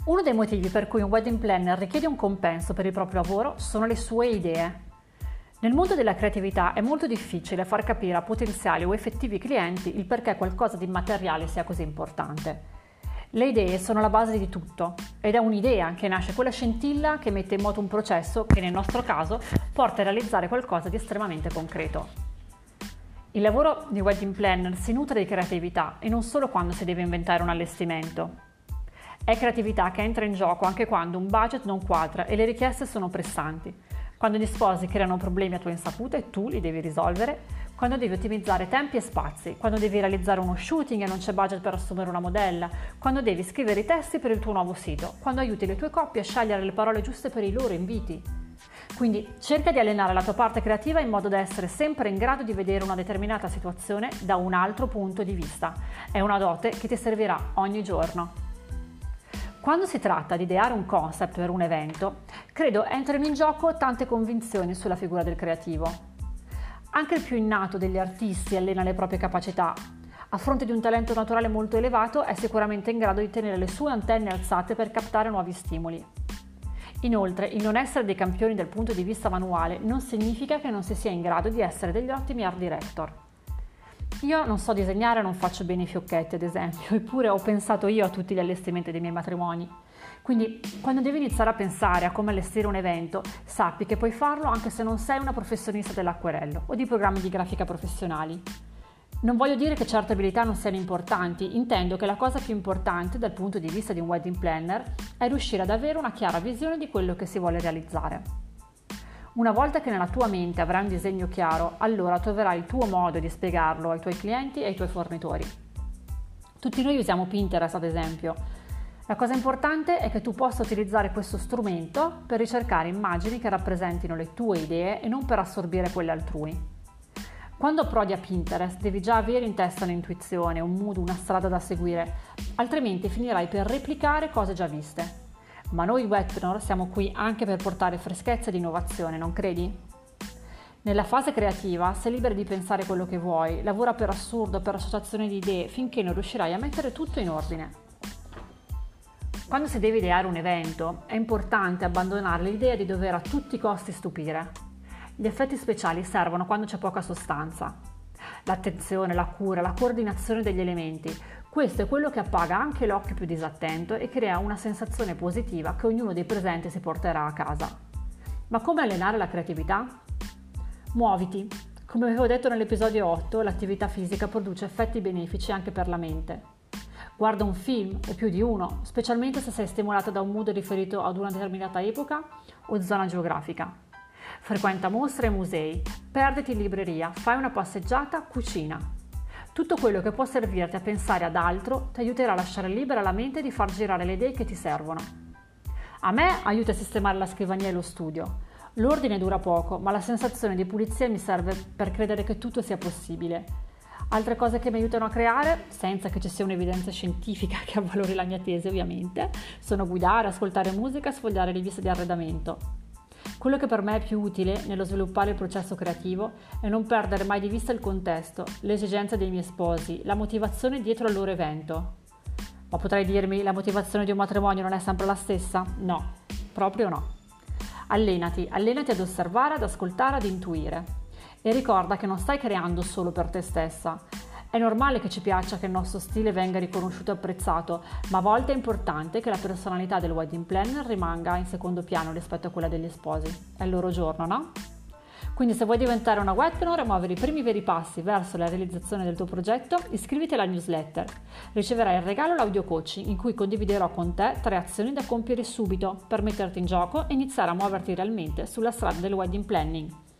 Uno dei motivi per cui un wedding planner richiede un compenso per il proprio lavoro sono le sue idee. Nel mondo della creatività è molto difficile far capire a potenziali o effettivi clienti il perché qualcosa di immateriale sia così importante. Le idee sono la base di tutto ed è un'idea che nasce quella scintilla che mette in moto un processo che nel nostro caso porta a realizzare qualcosa di estremamente concreto. Il lavoro di wedding planner si nutre di creatività e non solo quando si deve inventare un allestimento. È creatività che entra in gioco anche quando un budget non quadra e le richieste sono pressanti, quando gli sposi creano problemi a tua insaputa e tu li devi risolvere, quando devi ottimizzare tempi e spazi, quando devi realizzare uno shooting e non c'è budget per assumere una modella, quando devi scrivere i testi per il tuo nuovo sito, quando aiuti le tue coppie a scegliere le parole giuste per i loro inviti. Quindi cerca di allenare la tua parte creativa in modo da essere sempre in grado di vedere una determinata situazione da un altro punto di vista. È una dote che ti servirà ogni giorno. Quando si tratta di ideare un concept per un evento, credo entrino in gioco tante convinzioni sulla figura del creativo. Anche il più innato degli artisti allena le proprie capacità. A fronte di un talento naturale molto elevato, è sicuramente in grado di tenere le sue antenne alzate per captare nuovi stimoli. Inoltre, il non essere dei campioni dal punto di vista manuale non significa che non si sia in grado di essere degli ottimi art director. Io non so disegnare, non faccio bene i fiocchetti ad esempio, eppure ho pensato io a tutti gli allestimenti dei miei matrimoni. Quindi quando devi iniziare a pensare a come allestire un evento, sappi che puoi farlo anche se non sei una professionista dell'acquerello o di programmi di grafica professionali. Non voglio dire che certe abilità non siano importanti, intendo che la cosa più importante dal punto di vista di un wedding planner è riuscire ad avere una chiara visione di quello che si vuole realizzare. Una volta che nella tua mente avrai un disegno chiaro, allora troverai il tuo modo di spiegarlo ai tuoi clienti e ai tuoi fornitori. Tutti noi usiamo Pinterest, ad esempio. La cosa importante è che tu possa utilizzare questo strumento per ricercare immagini che rappresentino le tue idee e non per assorbire quelle altrui. Quando approdi a Pinterest devi già avere in testa un'intuizione, un mood, una strada da seguire, altrimenti finirai per replicare cose già viste. Ma noi wedding siamo qui anche per portare freschezza ed innovazione, non credi? Nella fase creativa sei libero di pensare quello che vuoi, lavora per assurdo, per associazione di idee, finché non riuscirai a mettere tutto in ordine. Quando si deve ideare un evento, è importante abbandonare l'idea di dover a tutti i costi stupire. Gli effetti speciali servono quando c'è poca sostanza. L'attenzione, la cura, la coordinazione degli elementi, questo è quello che appaga anche l'occhio più disattento e crea una sensazione positiva che ognuno dei presenti si porterà a casa. Ma come allenare la creatività? Muoviti. Come avevo detto nell'episodio 8, l'attività fisica produce effetti benefici anche per la mente. Guarda un film, o più di uno, specialmente se sei stimolata da un mood riferito ad una determinata epoca o zona geografica. Frequenta mostre e musei, perditi in libreria, fai una passeggiata, cucina. Tutto quello che può servirti a pensare ad altro ti aiuterà a lasciare libera la mente di far girare le idee che ti servono. A me aiuta a sistemare la scrivania e lo studio. L'ordine dura poco, ma la sensazione di pulizia mi serve per credere che tutto sia possibile. Altre cose che mi aiutano a creare, senza che ci sia un'evidenza scientifica che avvalori la mia tesi ovviamente, sono guidare, ascoltare musica e sfogliare riviste di arredamento. Quello che per me è più utile nello sviluppare il processo creativo è non perdere mai di vista il contesto, le esigenze dei miei sposi, la motivazione dietro al loro evento. Ma potrai dirmi, la motivazione di un matrimonio non è sempre la stessa? No, proprio no. Allenati ad osservare, ad ascoltare, ad intuire. E ricorda che non stai creando solo per te stessa. È normale che ci piaccia che il nostro stile venga riconosciuto e apprezzato, ma a volte è importante che la personalità del wedding planner rimanga in secondo piano rispetto a quella degli sposi. È il loro giorno, no? Quindi se vuoi diventare una wedding e muovere i primi veri passi verso la realizzazione del tuo progetto, iscriviti alla newsletter. Riceverai in regalo l'audio coaching in cui condividerò con te 3 azioni da compiere subito per metterti in gioco e iniziare a muoverti realmente sulla strada del wedding planning.